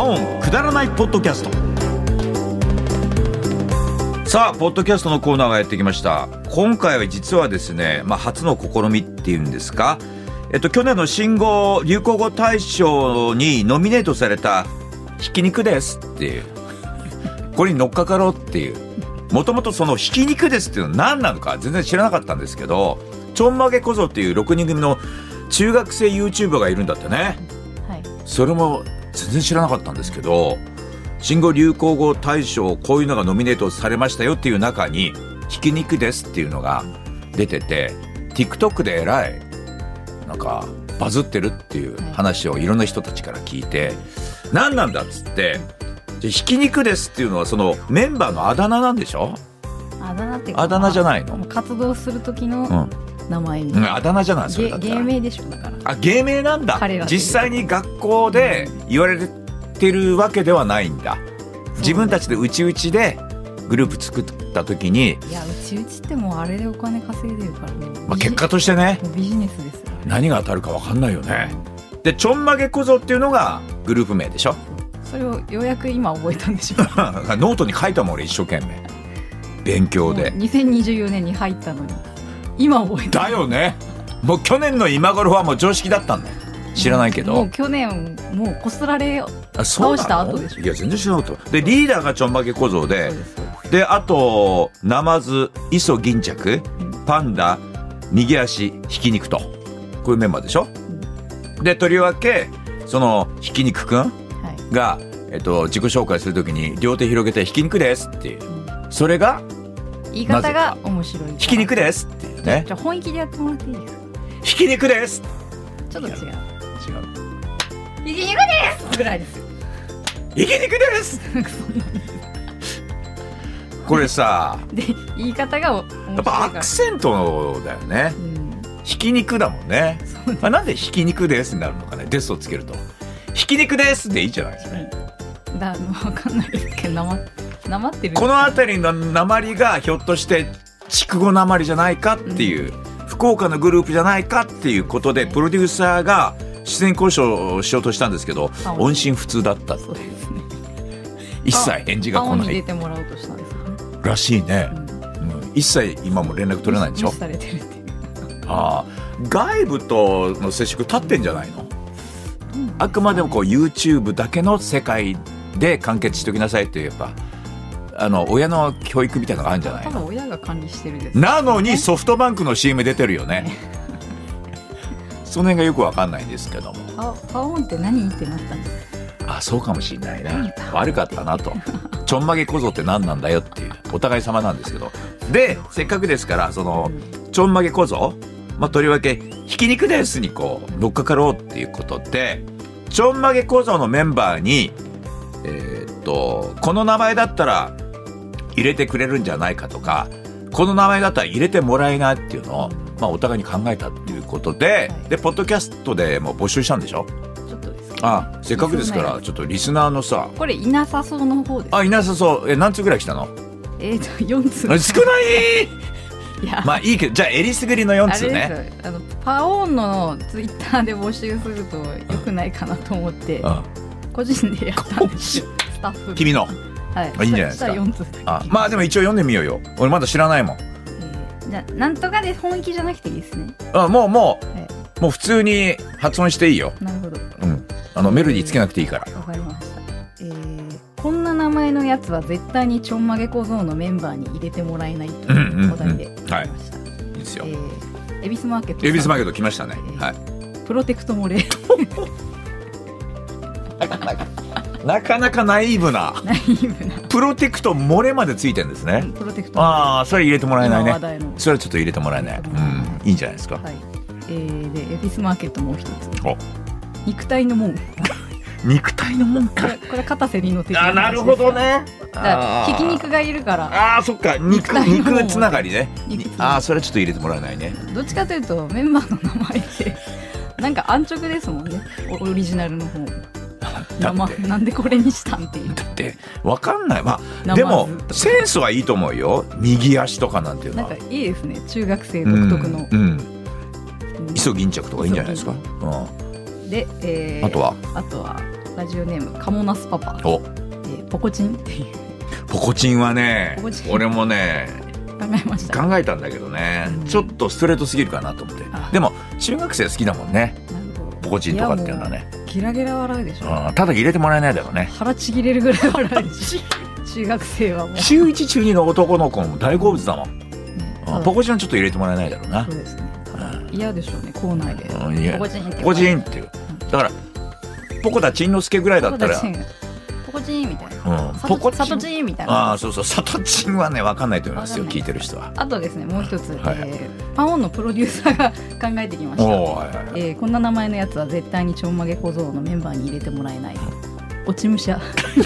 オンくだらないポッドキャスト。さあポッドキャストのコーナーがやってきました。今回は実はですね、初の試みっていうんですか、去年の新語・流行語大賞にノミネートされたひき肉ですっていうこれに乗っかかろうっていう、もともとそのひき肉ですっていうのは何なのか全然知らなかったんですけど、ちょんまげ小僧っていう6人組の中学生 YouTuber がいるんだってね、はい、それも全然知らなかったんですけど、新語・流行語大賞こういうのがノミネートされましたよっていう中にひき肉ですっていうのが出てて、 TikTok でえらいなんかバズってるっていう話をいろんな人たちから聞いて、何なんだっつって、じゃひき肉ですっていうのはそのメンバーのあだ名なんでしょ。 あだ名っていうか、 あだ名じゃないの、 活動する時の名前に、 あだ名じゃないそれだったら芸名でしょ。だから芸名なんだ。実際に学校で言われてるわけではないんだ。自分たちで内々でグループ作った時に、 いや内々ってもうあれでお金稼いでるからね、 結果としてね、 ビジネスですよ。 何が当たるか分かんないよね。でちょんまげ小僧っていうのがグループ名でしょ。 それをようやく今覚えたんでしょノートに書いたもん俺一生懸命勉強で。 2024年に入ったのに今覚えただよね。もう去年の今頃はもう常識だったんだよ。知らないけど、 もう去年もうこすられ倒した後でしょ。 いや全然知らなかった。でリーダーがちょんまげ小僧で、であとナマズ、磯銀着、パンダ、右足、ひき肉と、こういうメンバーでしょ。でとりわけそのひき肉くんが、自己紹介するときに両手広げてひき肉ですっていう、それが言い方が面白い。 ひき肉ですっていうね。 じゃあ本気でやってもらっていいですか。 ひき肉です。 ちょっと違うひき肉ですぐらいですよ。 ひき肉ですこれさで言い方が面白いから、 やっぱアクセントだよね、ひき肉だもんね。なんでひき肉ですになるのかね。ですをつけるとひき肉ですでいいじゃないですか、 分かんないですけど、なまってる。 この辺りのなまりがひょっとして筑後なまりじゃないかっていう、福岡のグループじゃないかっていうことでプロデューサーが出演交渉をしようとしたんですけど、音信不通だったっていう、一切返事が来ない。 青に出てもらおうとしたんですよね。 らしいね、一切今も連絡取れないんでしょ。 無視されてるっていう。 外部との接触立ってんじゃないの、あくまでもこう YouTube だけの世界で完結しておきなさいっていう、やっぱ親の教育みたいなのがあるんじゃないの。 多分親が管理してるです、 なのにソフトバンクの CM 出てるよねその辺がよく分かんないんですけども、 パオンって何ってなったんですか。 そうかもしれないね。悪かったなとちょんまげ小僧って何なんだよっていうお互い様なんですけど、でせっかくですからそのちょんまげ小僧、とりわけひき肉ですにこう乗っかかろうっていうことで、ちょんまげ小僧のメンバーにこの名前だったら入れてくれるんじゃないかとか、この名前だったら入れてもらえないっていうのを、お互いに考えたっていうことで、でポッドキャストでも募集したんでしょ。 ちょっとですね、 せっかくですからちょっとリスナーのさ、 これいなさそうの方です。 いなさそう。何通ぐらい来たの ？4通。 少ないいやいいけど、じゃあえりすぐりの4通ね。 あれですよ、パオンのツイッターで募集すると良くないかなと思って、個人でやったんですよ。スタッフ君の、いいんじゃないですか。4通でも一応読んでみようよ。俺まだ知らないもん。 じゃあなんとかで本気じゃなくていいですね。 もう普通に発音していいよ。 なるほど。 メロディーつけなくていいから。 わかりました。こんな名前のやつは絶対にちょんまげ小僧のメンバーに入れてもらえないというお題で来ました。 いいですよ。 恵比寿マーケット。 恵比寿マーケット来ましたね。 プロテクト漏れ。 なかなかナイーブなプロテクト漏れまでついてるんですね。 プロテクトそれ入れてもらえないね。それはちょっと入れてもらえない、いいんじゃないですか。 で恵比寿マーケットもう一つ、肉体の門。 肉体の門か。 これ片瀬里の的な話です。 なるほどね。 ひき肉がいるから。 そっか、肉つながりね。それはちょっと入れてもらえないね。 どっちかというとメンバーの名前ってなんか安直ですもんね、オリジナルの方。なんでこれにしたんっていう。 だって分かんない。でもセンスはいいと思うよ。右足とかなんていうのはなんかいいですね。中学生独特の、 磯銀着とかいいんじゃないですか。 で、 あとはラジオネームカモナスパパ。ポコチンっていう。 ポコチンはね、俺もね考えたんだけどね、ちょっとストレートすぎるかなと思って。でも中学生好きだもんね、ポコチンとかっていうのはね。 ギラギラ笑うでしょ。 ただ入れてもらえないだろうね。 腹ちぎれるぐらい笑うし中学生はもう中1中2の男の子も大好物だもん。ポコチンはちょっと入れてもらえないだろうな。 そうですね。嫌でしょうね、校内でポコチンっていう。 だからポコタチンのすけぐらいだったらポコチンみたいな、サトチンみたいな。 そうサトチンはね分かんないと思いますよ、聞いてる人は。 あとですね、もう一つ、パンオンのプロデューサーが考えてきました。こんな名前のやつは絶対にちょんまげ小僧のメンバーに入れてもらえない。落ち武者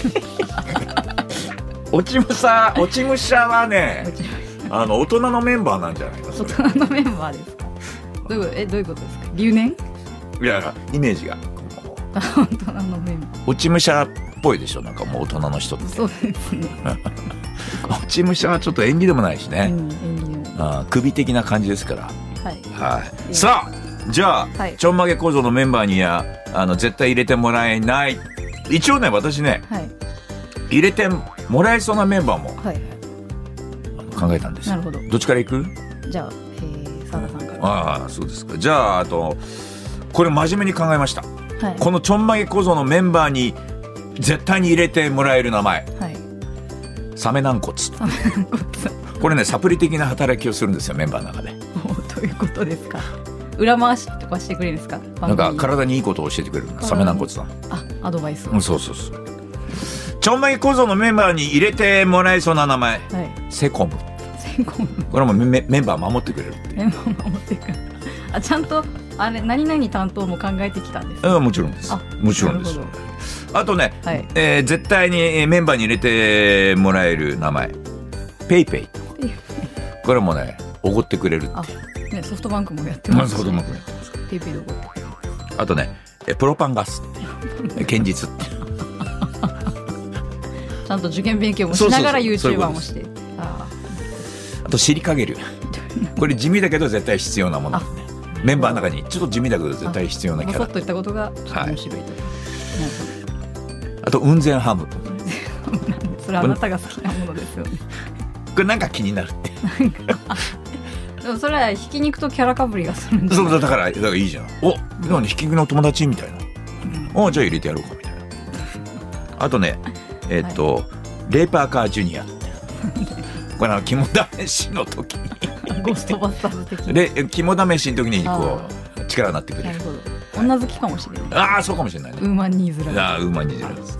落ち武者はね大人のメンバーなんじゃないか。 大人のメンバーですか。どういうことですか。留年。 いやイメージが大人のメンバー。 落ち武者っぽいでしょ、なんかもう大人の人って。 そうですね落ち武者はちょっと縁起でもないしね、首的な感じですから。さあじゃあ、ちょんまげ小僧のメンバーには絶対入れてもらえない。一応ね私ね、入れてもらえそうなメンバーも考えたんですよ。 なるほど。 どっちからいく？ じゃあ澤田さんから。 そうですか。じゃあこれ真面目に考えました。このちょんまげ小僧のメンバーに絶対に入れてもらえる名前、サメ軟骨。これねサプリ的な働きをするんですよ、メンバーの中で。 どういうことですか。裏回しとかしてくれるんですか。 なんか体にいいことを教えてくれるサメ軟骨さん。 アドバイス。 そうちょんまげ小僧のメンバーに入れてもらえそうな名前、セコム。これもメンバー守ってくれるっていう。 メンバー守ってくれる。ちゃんと何々担当も考えてきたんですか。 もちろんです。もちろんです。あとね、絶対にメンバーに入れてもらえる名前、ペイペイ。これもねおごってくれるって。 ソフトバンクもやってます。 ソフトバンクもやってます。 ペイペイどこ。 あとねプロパンガスって堅実って。 ちゃんと受験勉強もしながら YouTuber もして。 あと尻かげる。これ地味だけど絶対必要なもの。メンバーの中にちょっと地味だけど絶対必要なキャラ。 ボソッといったことがちょっと面白いと。 あと雲仙ハム。 それはあなたが好きなものですよね。 これなんか気になるって。 でもそれはひき肉とキャラかぶりがするんで。 そうだからいいじゃん。何ひき肉の友達みたいな。じゃあ入れてやろうかみたいな。あとねレーパーカージュニアって。これ肝試しの時にゴーストバスターズ的で肝試しの時に力になってくれる。 なるほど。女好きかもしれない。 そうかもしれないね。 ウーマンニーズラウーマンニーズラです。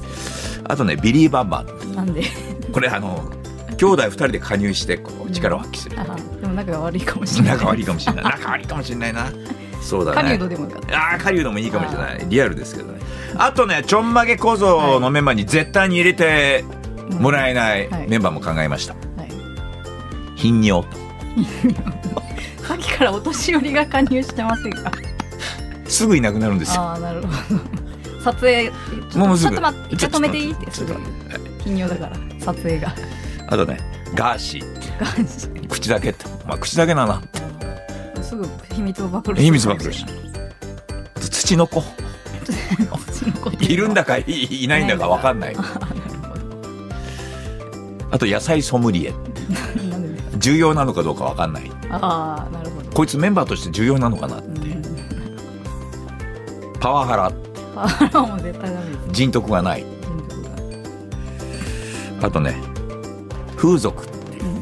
あとねビリーバンバン。 なんでこれ兄弟2人で加入して力を発揮する。 でも仲が悪いかもしれない。 仲悪いかもしれないな。そうだね。 狩人でもよかった。 狩人もいいかもしれない。リアルですけどね。あとねちょんまげ小僧のメンバーに絶対に入れてもらえないメンバーも考えました。頻尿。 さっきからお年寄りが加入してませんか。 すぐいなくなるんですよ。 なるほど。撮影もうすぐちょっと待って、一回止めていいってすぐ頻尿だから撮影が。 あとねガーシー。口だけって口だけだな。 すぐ秘密を暴露し。土の子。いるんだかいないんだか分かんない。あと野菜ソムリエ。重要なのかどうか分かんない。 なるほど。 こいつメンバーとして重要なのかなって。パワハラ。 パワハラも絶対ダメです。 人徳がない。あとね風俗っていう、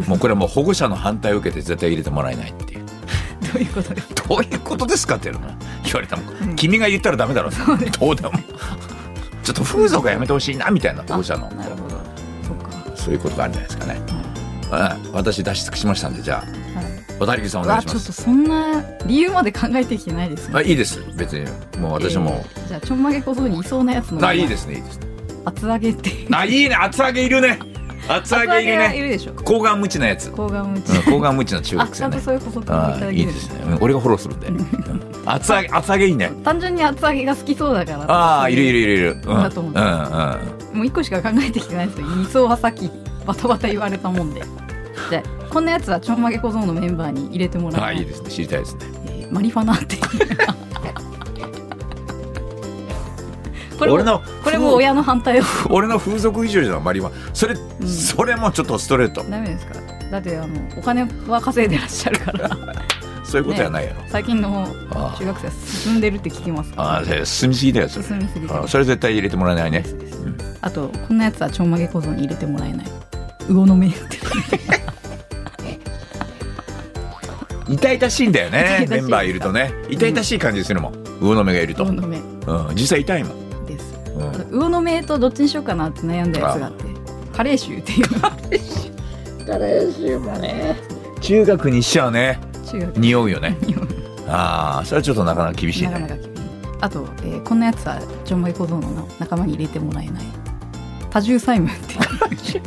もうこれはもう保護者の反対を受けて絶対入れてもらえないっていう。 どういうことですか。 どういうことですかっていうの言われたもん、君が言ったらダメだろ。どうでもちょっと風俗はやめてほしいなみたいな保護者の。 なるほど。 そういうことがあるんじゃないですかね。私出し尽くしましたんで、じゃあ渡木さんお願いします。 ちょっとそんな理由まで考えてきてないですね。 いいです別に。もう私も、 じゃあちょんまげ小僧にいそうなやつの。 いいですね。 厚揚げっていう。 いいね、厚揚げいるね。厚揚げいるね。 いるでしょ。 高顔無知なやつ。 高顔無知の中学生ね。 ちゃんとそういう補足をいただける。 いいですね。俺がフォローするんで。厚揚げいいね。 単純に厚揚げが好きそうだから。 いる。 だと思う。もう一個しか考えてきてないですけど、2層はさっきバタバタ言われたもんで。じゃあこんなやつはちょんまげ小僧のメンバーに入れてもらう。 いいですね。知りたいですね。 マリファナってこれも親の反対を俺の風俗以上じゃんマリファナそれもちょっとストレート。 ダメですか。だってお金は稼いでらっしゃるからそういうことはないやろ、 最近の中学生は進んでるって聞きますから、ね、 進みすぎだよそれ。 進みすぎてそれ絶対入れてもらえないね。 あとこんなやつはちょんまげ小僧に入れてもらえない魚の目って痛々しいんだよねメンバーいるとね。痛々しい感じするもん、魚の目がいると。 魚の目、 実際痛いもんです、魚の目とどっちにしようかなって悩んだやつがあって、加齢臭っていう加齢臭もね中学にしちゃうね、匂うよねそれはちょっとなかなか厳しいね。なかなか厳しい。 あと、こんなやつはちょんまげ小僧の仲間に入れてもらえない多重債務っていう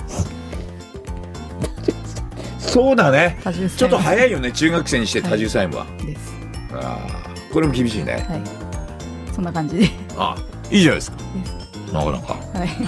そうだね、ちょっと早いよね中学生にして多重債務は、 です。 これも厳しいね。 はい、そんな感じでいいじゃないですか。なかなか、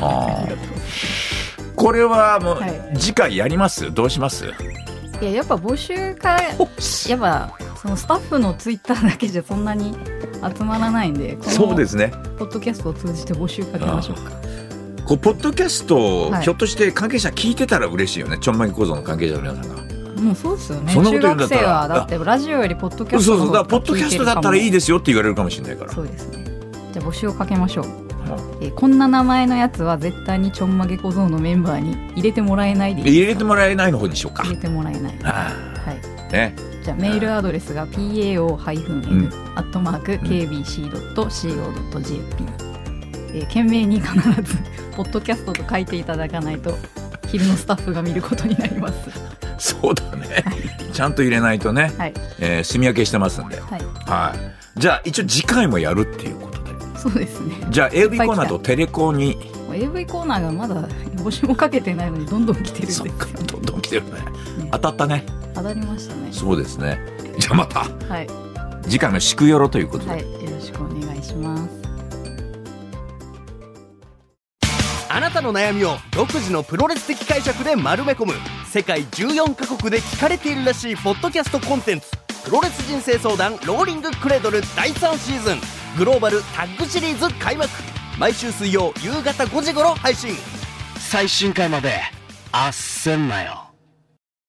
これはもう、次回やります？どうします？ いや、やっぱ募集からやっぱそのスタッフのツイッターだけじゃそんなに集まらないんで、 そうですね、 ポッドキャストを通じて募集かけましょうか。 ポッドキャスト、ひょっとして関係者聞いてたら嬉しいよね、ちょんまげ小僧の関係者の皆さんが。 もうそうですよね。中学生はだってラジオよりポッドキャストの方がポッドキャストだったらいいですよって言われるかもしれないから。 そうですね。じゃあ募集をかけましょう。こんな名前のやつは絶対にちょんまげ小僧のメンバーに入れてもらえないでいいですか。入れてもらえないの方にしようか。入れてもらえない。はい。ね。じゃあメールアドレスが pao-n@kbc.co.jp、懸命に必ずポッドキャストと書いていただかないと昼のスタッフが見ることになります。 そうだね、ちゃんと入れないとね、住み分けしてますんで、じゃあ一応次回もやるっていうことで。 そうですね。 じゃあ AV コーナーとテレコに AV コーナーがまだ募集もかけてないのにどんどん来てるんですよ。 どんどん来てるね。当たったね。 当たりましたね。 そうですね。じゃあまた、次回のしくよろということで、よろしくお願いします。 あなたの悩みを独自のプロレス的解釈で丸め込む世界14カ国で聞かれているらしいポッドキャストコンテンツ、プロレス人生相談ローリングクレードル第3シーズングローバルタッグシリーズ開幕。毎週水曜夕方5時頃配信。最新回まであっせんなよ。